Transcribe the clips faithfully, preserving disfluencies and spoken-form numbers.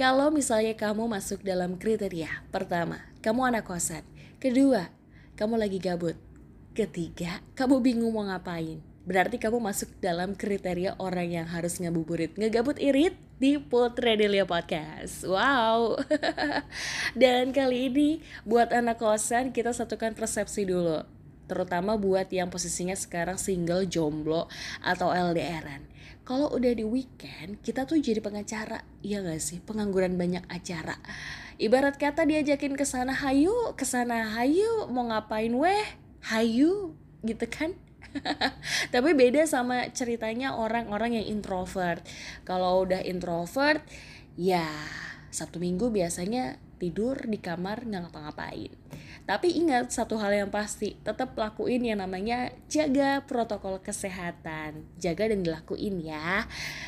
Kalau misalnya kamu masuk dalam kriteria, pertama, kamu anak kosan. Kedua, kamu lagi gabut. Ketiga, kamu bingung mau ngapain. Berarti kamu masuk dalam kriteria orang yang harus ngabuburit, ngegabut irit di Putri Delia Podcast. Wow. Dan kali ini buat anak kosan kita satukan persepsi dulu. Terutama buat yang posisinya sekarang single, jomblo, atau L D R-an. Kalau udah di weekend, kita tuh jadi pengacara, iya gak sih? Pengangguran banyak acara. Ibarat kata diajakin ke sana, hayu, ke sana, hayu, mau ngapain weh? Hayu, gitu kan? Tapi beda sama ceritanya orang-orang yang introvert. Kalau udah introvert, ya Sabtu Minggu biasanya tidur di kamar nggak ngapa-ngapain. Tapi ingat satu hal yang pasti, tetap lakuin yang namanya jaga protokol kesehatan. Jaga dan dilakuin ya.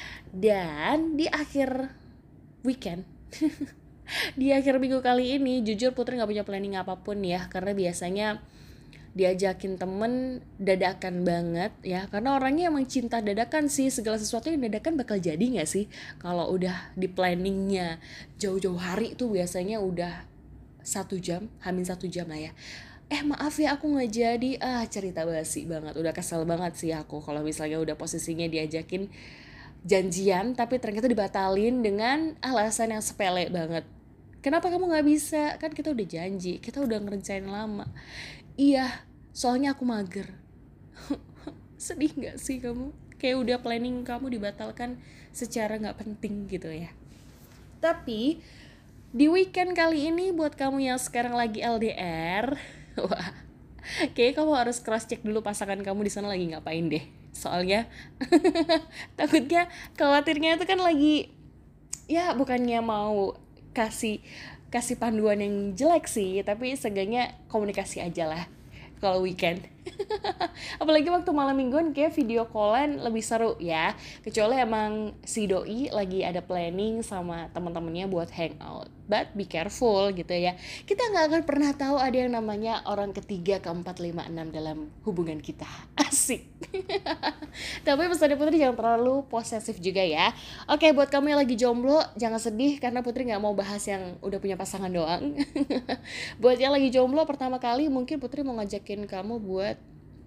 Dan di akhir weekend di akhir minggu kali ini, jujur Putri gak punya planning apapun ya. Karena biasanya diajakin temen dadakan banget ya. Karena orangnya emang cinta dadakan sih. Segala sesuatu yang dadakan bakal jadi gak sih? Kalau udah di planningnya jauh-jauh hari tuh biasanya udah satu jam, hamin satu jam lah ya. Eh maaf ya aku gak jadi. Ah cerita basi banget. Udah kesel banget sih aku kalau misalnya udah posisinya diajakin janjian tapi ternyata dibatalin dengan alasan yang sepele banget. Kenapa kamu gak bisa? Kan kita udah janji, kita udah ngerencanain lama. Iya, soalnya aku mager. Sedih gak sih kamu? Kayak udah planning kamu dibatalkan secara gak penting gitu ya. Tapi di weekend kali ini buat kamu yang sekarang lagi L D R, wah, kayaknya kamu harus cross check dulu pasangan kamu di sana lagi ngapain deh. Soalnya takutnya khawatirnya itu kan lagi, ya bukannya mau kasih kasih panduan yang jelek sih, tapi seenggaknya komunikasi aja lah kalau weekend. Apalagi waktu malam mingguan kayak video callan lebih seru ya. Kecuali emang si doi lagi ada planning sama teman-temannya buat hangout. But be careful gitu ya. Kita nggak akan pernah tahu ada yang namanya orang ketiga, keempat, lima, enam dalam hubungan kita. Asik. Tapi pesannya Putri jangan terlalu posesif juga ya. Oke, buat kamu yang lagi jomblo jangan sedih karena Putri nggak mau bahas yang udah punya pasangan doang. Buat yang lagi jomblo pertama kali mungkin Putri mau ngajakin kamu buat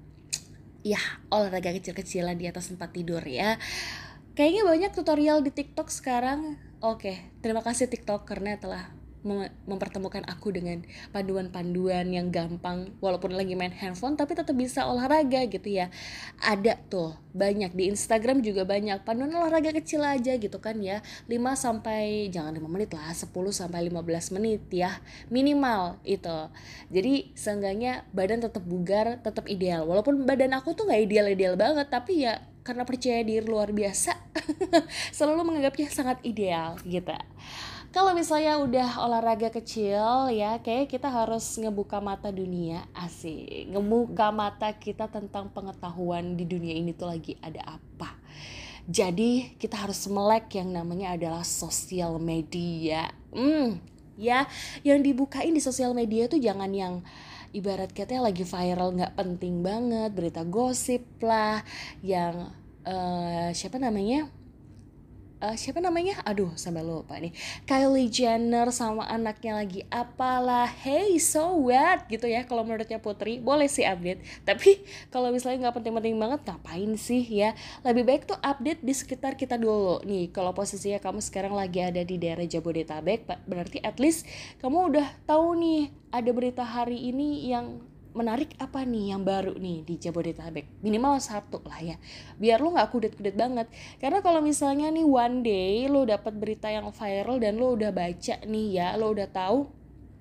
ya olahraga kecil-kecilan di atas tempat tidur ya. Kayaknya banyak tutorial di TikTok sekarang. Oke, terima kasih TikTok karena telah mem- mempertemukan aku dengan panduan-panduan yang gampang walaupun lagi main handphone tapi tetap bisa olahraga gitu ya. Ada tuh banyak di Instagram juga banyak panduan olahraga kecil aja gitu kan ya. lima sampai jangan lima menit lah, sepuluh sampai lima belas menit ya minimal itu. Jadi seenggaknya badan tetap bugar, tetap ideal. Walaupun badan aku tuh nggak ideal-ideal banget tapi ya karena percaya diri luar biasa selalu menganggapnya sangat ideal gitu. Kalau misalnya udah olahraga kecil ya, kayak kita harus ngebuka mata dunia, asik. Ngebuka mata kita tentang pengetahuan di dunia ini tuh lagi ada apa. Jadi kita harus melek yang namanya adalah sosial media. Hmm, ya, yang dibukain di sosial media tuh jangan yang ibarat katanya lagi viral nggak penting banget, berita gosip lah, yang uh, siapa namanya? Uh, siapa namanya? Aduh, sampai lupa nih. Kylie Jenner sama anaknya lagi apalah. Hey, so what? Gitu ya. Kalau menurutnya Putri, boleh sih update. Tapi kalau misalnya nggak penting-penting banget, ngapain sih ya? Lebih baik tuh update di sekitar kita dulu. Nih, kalau posisinya kamu sekarang lagi ada di daerah Jabodetabek, berarti at least kamu udah tahu nih ada berita hari ini yang menarik apa nih yang baru nih di Jabodetabek, minimal satu lah ya, biar lo nggak kudet-kudet banget. Karena kalau misalnya nih one day lo dapat berita yang viral dan lo udah baca nih ya, lo udah tahu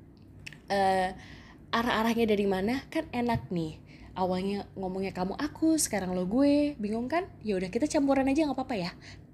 uh, arah-arahnya dari mana, kan enak nih. Awalnya ngomongnya kamu aku, sekarang lo gue, bingung kan? Ya udah kita campuran aja nggak apa-apa ya.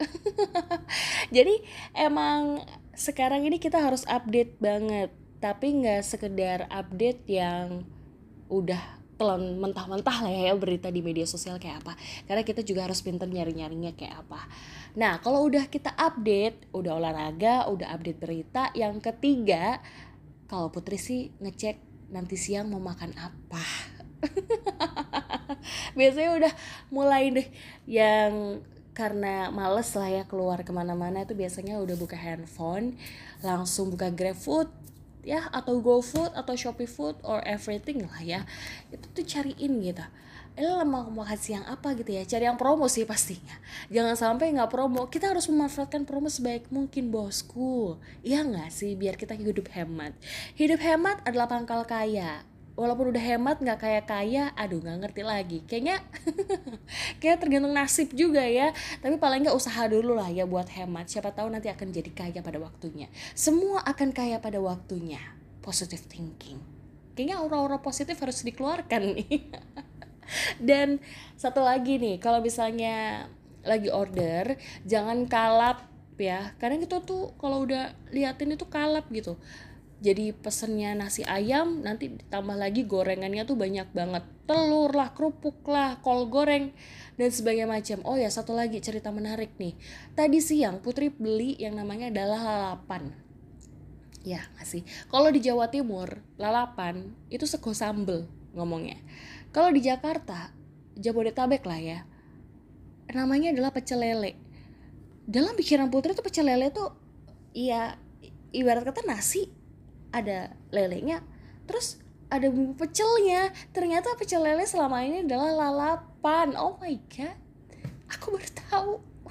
Jadi emang sekarang ini kita harus update banget, tapi nggak sekedar update yang udah telan mentah-mentah lah ya berita di media sosial kayak apa. Karena kita juga harus pintar nyari-nyarinya kayak apa. Nah kalau udah kita update, udah olahraga, udah update berita, yang ketiga kalau Putri sih ngecek nanti siang mau makan apa. Biasanya udah mulai deh yang karena males lah ya keluar kemana-mana, itu biasanya udah buka handphone, langsung buka GrabFood ya, atau GoFood atau ShopeeFood or everything lah ya, itu tuh cariin gitu, eh mau makan siang apa gitu ya, cari yang promo sih pastinya, jangan sampai nggak promo. Kita harus memanfaatkan promo sebaik mungkin bosku, iya nggak sih, biar kita hidup hemat. Hidup hemat adalah pangkal kaya. Walaupun udah hemat nggak kaya kaya, aduh nggak ngerti lagi. Kayaknya, kayak tergantung nasib juga ya. Tapi paling nggak usaha dulu lah ya buat hemat. Siapa tahu nanti akan jadi kaya pada waktunya. Semua akan kaya pada waktunya. Positive thinking. Kayaknya aura-aura positif harus dikeluarkan nih. Dan satu lagi nih, kalau misalnya lagi order, jangan kalap ya. Karena kita tuh kalau udah liatin itu kalap gitu. Jadi pesennya nasi ayam, nanti ditambah lagi gorengannya tuh banyak banget, telur lah, kerupuk lah, kol goreng dan sebagainya macam. Oh ya, satu lagi cerita menarik nih. Tadi siang Putri beli yang namanya adalah lalapan. Ya nggak sih, kalau di Jawa Timur lalapan itu sego sambel ngomongnya. Kalau di Jakarta, Jabodetabek lah ya, namanya adalah pecel lele. Dalam pikiran Putri tuh pecel lele tuh ya ibarat kata nasi, ada lelenya, terus ada bumbu pecelnya. Ternyata pecel lele selama ini adalah lalapan. Oh my god, aku baru tahu.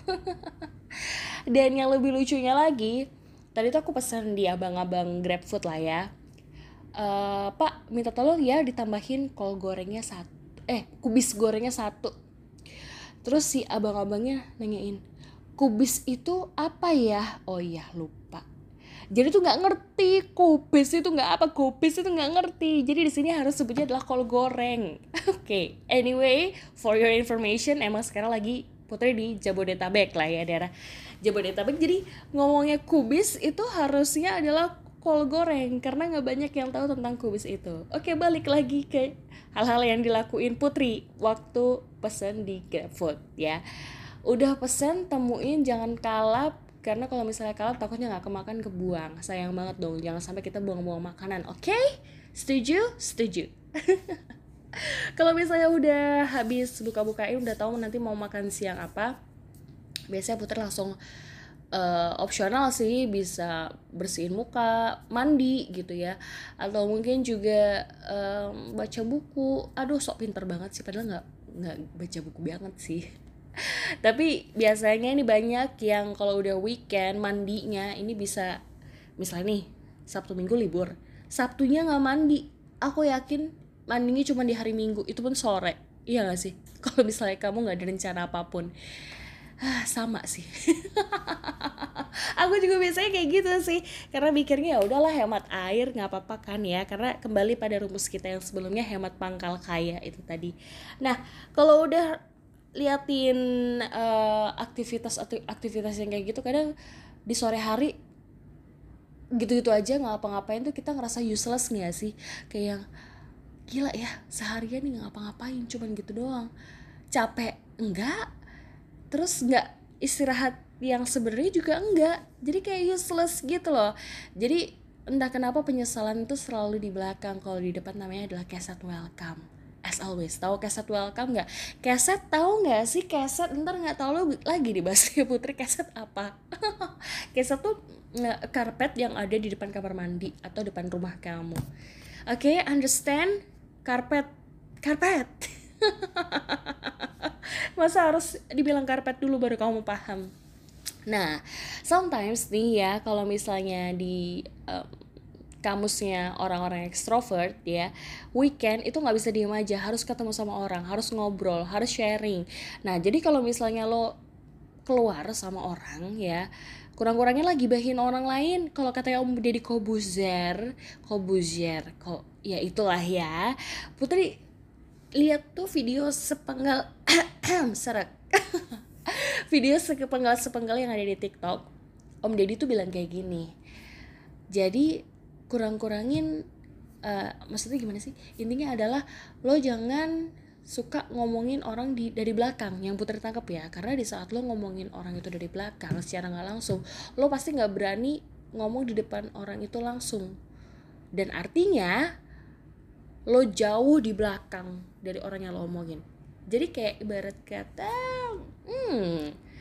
Dan yang lebih lucunya lagi, tadi tuh aku pesan di abang-abang GrabFood lah ya, uh, Pak minta tolong ya ditambahin kol gorengnya satu, eh kubis gorengnya satu. Terus si abang-abangnya nanyain, kubis itu apa ya? Oh iya lupa. Jadi tuh nggak ngerti kubis itu nggak apa, kubis itu nggak ngerti. Jadi di sini harus sebutnya adalah kol goreng. Oke, okay. Anyway, for your information, emang sekarang lagi Putri di Jabodetabek lah ya, daerah Jabodetabek. Jadi ngomongnya kubis itu harusnya adalah kol goreng, karena nggak banyak yang tahu tentang kubis itu. Oke, okay, balik lagi ke hal-hal yang dilakuin Putri waktu pesen di GrabFood ya. Udah pesen, temuin jangan kalap. Karena kalau misalnya kalap takutnya gak kemakan, kebuang. Sayang banget dong, jangan sampai kita buang-buang makanan. Oke? Okay? Setuju? Setuju. Kalau misalnya udah habis buka-bukain, udah tahu nanti mau makan siang apa, biasanya Putri langsung uh, opsional sih, bisa bersihin muka, mandi gitu ya, atau mungkin juga um, baca buku. Aduh, sok pinter banget sih, padahal gak, gak baca buku banget sih. Tapi biasanya ini banyak yang kalau udah weekend mandinya ini bisa, misalnya nih Sabtu Minggu libur, Sabtunya nggak mandi, aku yakin mandinya cuma di hari Minggu, itu pun sore. Iya nggak sih? Kalau misalnya kamu nggak ada rencana apapun, ah, sama sih. Aku juga biasanya kayak gitu sih, karena mikirnya ya udahlah hemat air nggak apa-apa kan ya, karena kembali pada rumus kita yang sebelumnya, hemat pangkal kaya itu tadi. Nah kalau udah liatin uh, aktivitas aktivitas yang kayak gitu, kadang di sore hari gitu-gitu aja nggak ngapa-ngapain tuh kita ngerasa useless nggak sih, kayak yang gila ya seharian nih nggak ngapa-ngapain, cuman gitu doang, capek enggak, terus nggak istirahat yang sebenarnya juga enggak, jadi kayak useless gitu loh. Jadi entah kenapa penyesalan itu selalu di belakang, kalau di depan namanya adalah keset welcome. As always, tahu keset welcome nggak? Keset tahu nggak sih keset? Ntar nggak tahu lo lagi dibahas ya Putri, keset apa? Keset tuh karpet yang ada di depan kamar mandi atau depan rumah kamu. Oke, okay, understand? Karpet, karpet. Masa harus dibilang karpet dulu baru kamu paham? Nah, sometimes nih ya, kalau misalnya di um, kamusnya orang-orang extrovert ya, weekend itu nggak bisa diem aja, harus ketemu sama orang, harus ngobrol, harus sharing. Nah jadi kalau misalnya lo keluar sama orang ya, kurang-kurangnya lagi gibahin orang lain. Kalau katanya Om Deddy Kobuzer, Kobuzer kok ya itulah ya, Putri lihat tuh video sepenggal serak video sepenggal-sepenggal yang ada di TikTok. Om Deddy tuh bilang kayak gini, jadi kurang-kurangin, uh, maksudnya gimana sih, intinya adalah lo jangan suka ngomongin orang di dari belakang, yang Putri tangkap ya, karena di saat lo ngomongin orang itu dari belakang secara nggak langsung, lo pasti nggak berani ngomong di depan orang itu langsung, dan artinya lo jauh di belakang dari orang yang lo omongin. Jadi kayak ibarat kata, hmm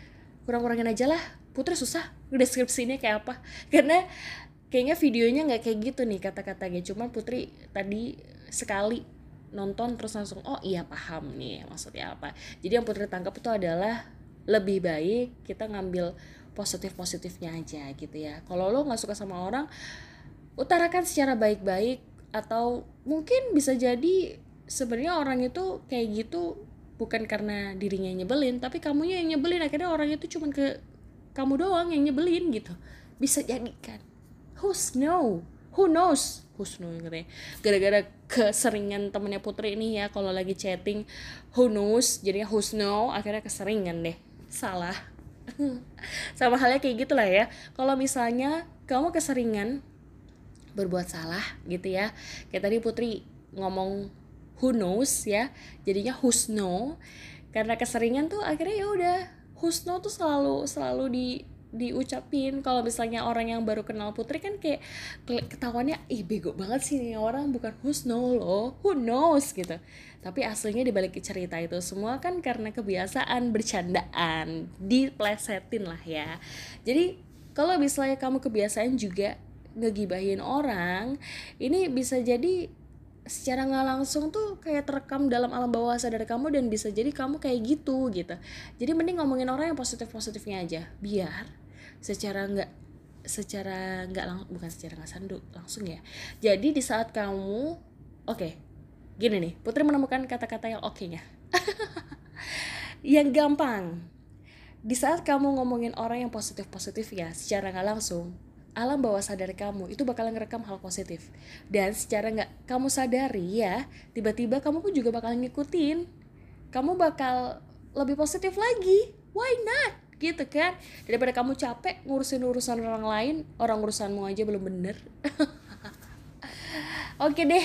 kurang-kurangin aja lah. Putri susah deskripsinya kayak apa, karena kayaknya videonya nggak kayak gitu nih kata-katanya. Cuman Putri tadi sekali nonton terus langsung oh iya paham nih maksudnya apa. Jadi yang Putri tangkap itu adalah lebih baik kita ngambil positif-positifnya aja gitu ya. Kalau lo nggak suka sama orang, utarakan secara baik-baik, atau mungkin bisa jadi sebenarnya orang itu kayak gitu bukan karena dirinya nyebelin, tapi kamunya yang nyebelin, akhirnya orang itu cuma ke kamu doang yang nyebelin gitu. Bisa jadi kan, who's know who knows who's know gitu ya. Gara-gara keseringan temennya Putri ini ya kalau lagi chatting who knows jadinya who's know, akhirnya keseringan deh salah. Sama halnya kayak gitulah ya, kalau misalnya kamu keseringan berbuat salah gitu ya, kayak tadi Putri ngomong who knows ya, jadinya who's know, karena keseringan tuh akhirnya ya udah who's know tuh selalu selalu di diucapin. Kalau misalnya orang yang baru kenal Putri kan kayak ketahuannya ih bego banget sih nih orang, bukan who's know loh, who knows gitu. Tapi aslinya dibalik cerita itu semua kan karena kebiasaan bercandaan, diplesetin lah ya. Jadi kalau misalnya kamu kebiasaan juga ngegibahin orang, ini bisa jadi secara nggak langsung tuh kayak terekam dalam alam bawah sadar kamu, dan bisa jadi kamu kayak gitu gitu. Jadi mending ngomongin orang yang positif-positifnya aja, biar secara nggak secara nggak lang bukan secara nggak sandu langsung ya. Jadi di saat kamu oke okay, gini nih, Putri menemukan kata-kata yang oke-nya. Yang gampang, di saat kamu ngomongin orang yang positif-positif ya, secara nggak langsung alam bawah sadar kamu itu bakal ngerekam hal positif, dan secara nggak kamu sadari ya, tiba-tiba kamu pun juga bakal ngikutin, kamu bakal lebih positif lagi. Why not gitu kan, daripada kamu capek ngurusin urusan orang lain, orang urusanmu aja belum bener. Oke deh,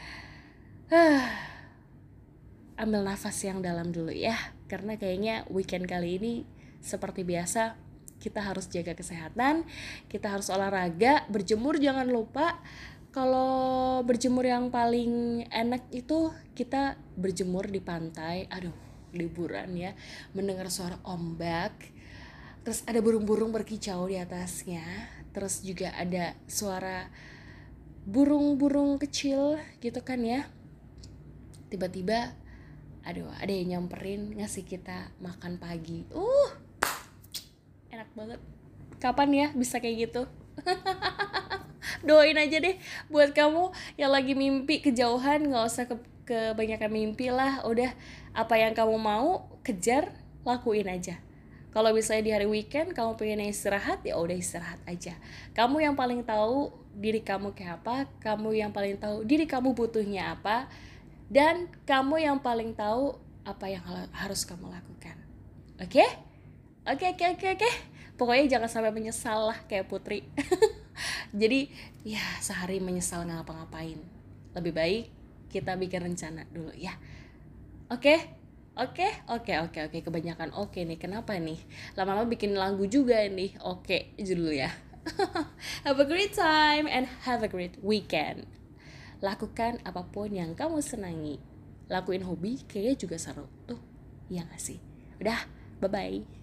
ambil nafas yang dalam dulu ya, karena kayaknya weekend kali ini seperti biasa kita harus jaga kesehatan, kita harus olahraga, berjemur jangan lupa. Kalau berjemur yang paling enak itu kita berjemur di pantai, aduh liburan ya, mendengar suara ombak, terus ada burung-burung berkicau di atasnya, terus juga ada suara burung-burung kecil gitu kan ya. Tiba-tiba aduh ada yang nyamperin ngasih kita makan pagi. Uh, enak banget. Kapan ya bisa kayak gitu? Doain aja deh buat kamu yang lagi mimpi kejauhan, gak usah ke kebanyakan mimpi lah. Udah apa yang kamu mau kejar, lakuin aja. Kalau misalnya di hari weekend kamu pengen istirahat, ya udah istirahat aja. Kamu yang paling tahu diri kamu kayak apa, kamu yang paling tahu diri kamu butuhnya apa, dan kamu yang paling tahu apa yang harus kamu lakukan. Oke? Okay? Oke, okay, oke, okay, oke, okay, oke. Okay. Pokoknya jangan sampai menyesal lah kayak Putri. Jadi ya sehari menyesal nggak ngapa-ngapain. Lebih baik kita bikin rencana dulu ya. Oke? Okay? Oke, okay? oke, okay, oke, okay, oke. Kebanyakan oke okay nih. Kenapa nih? Lama-lama bikin lagu juga nih. Oke, okay, judulnya. Have a great time and have a great weekend. Lakukan apapun yang kamu senangi. Lakuin hobi kayaknya juga seru tuh. Iya gak sih? Udah, bye-bye.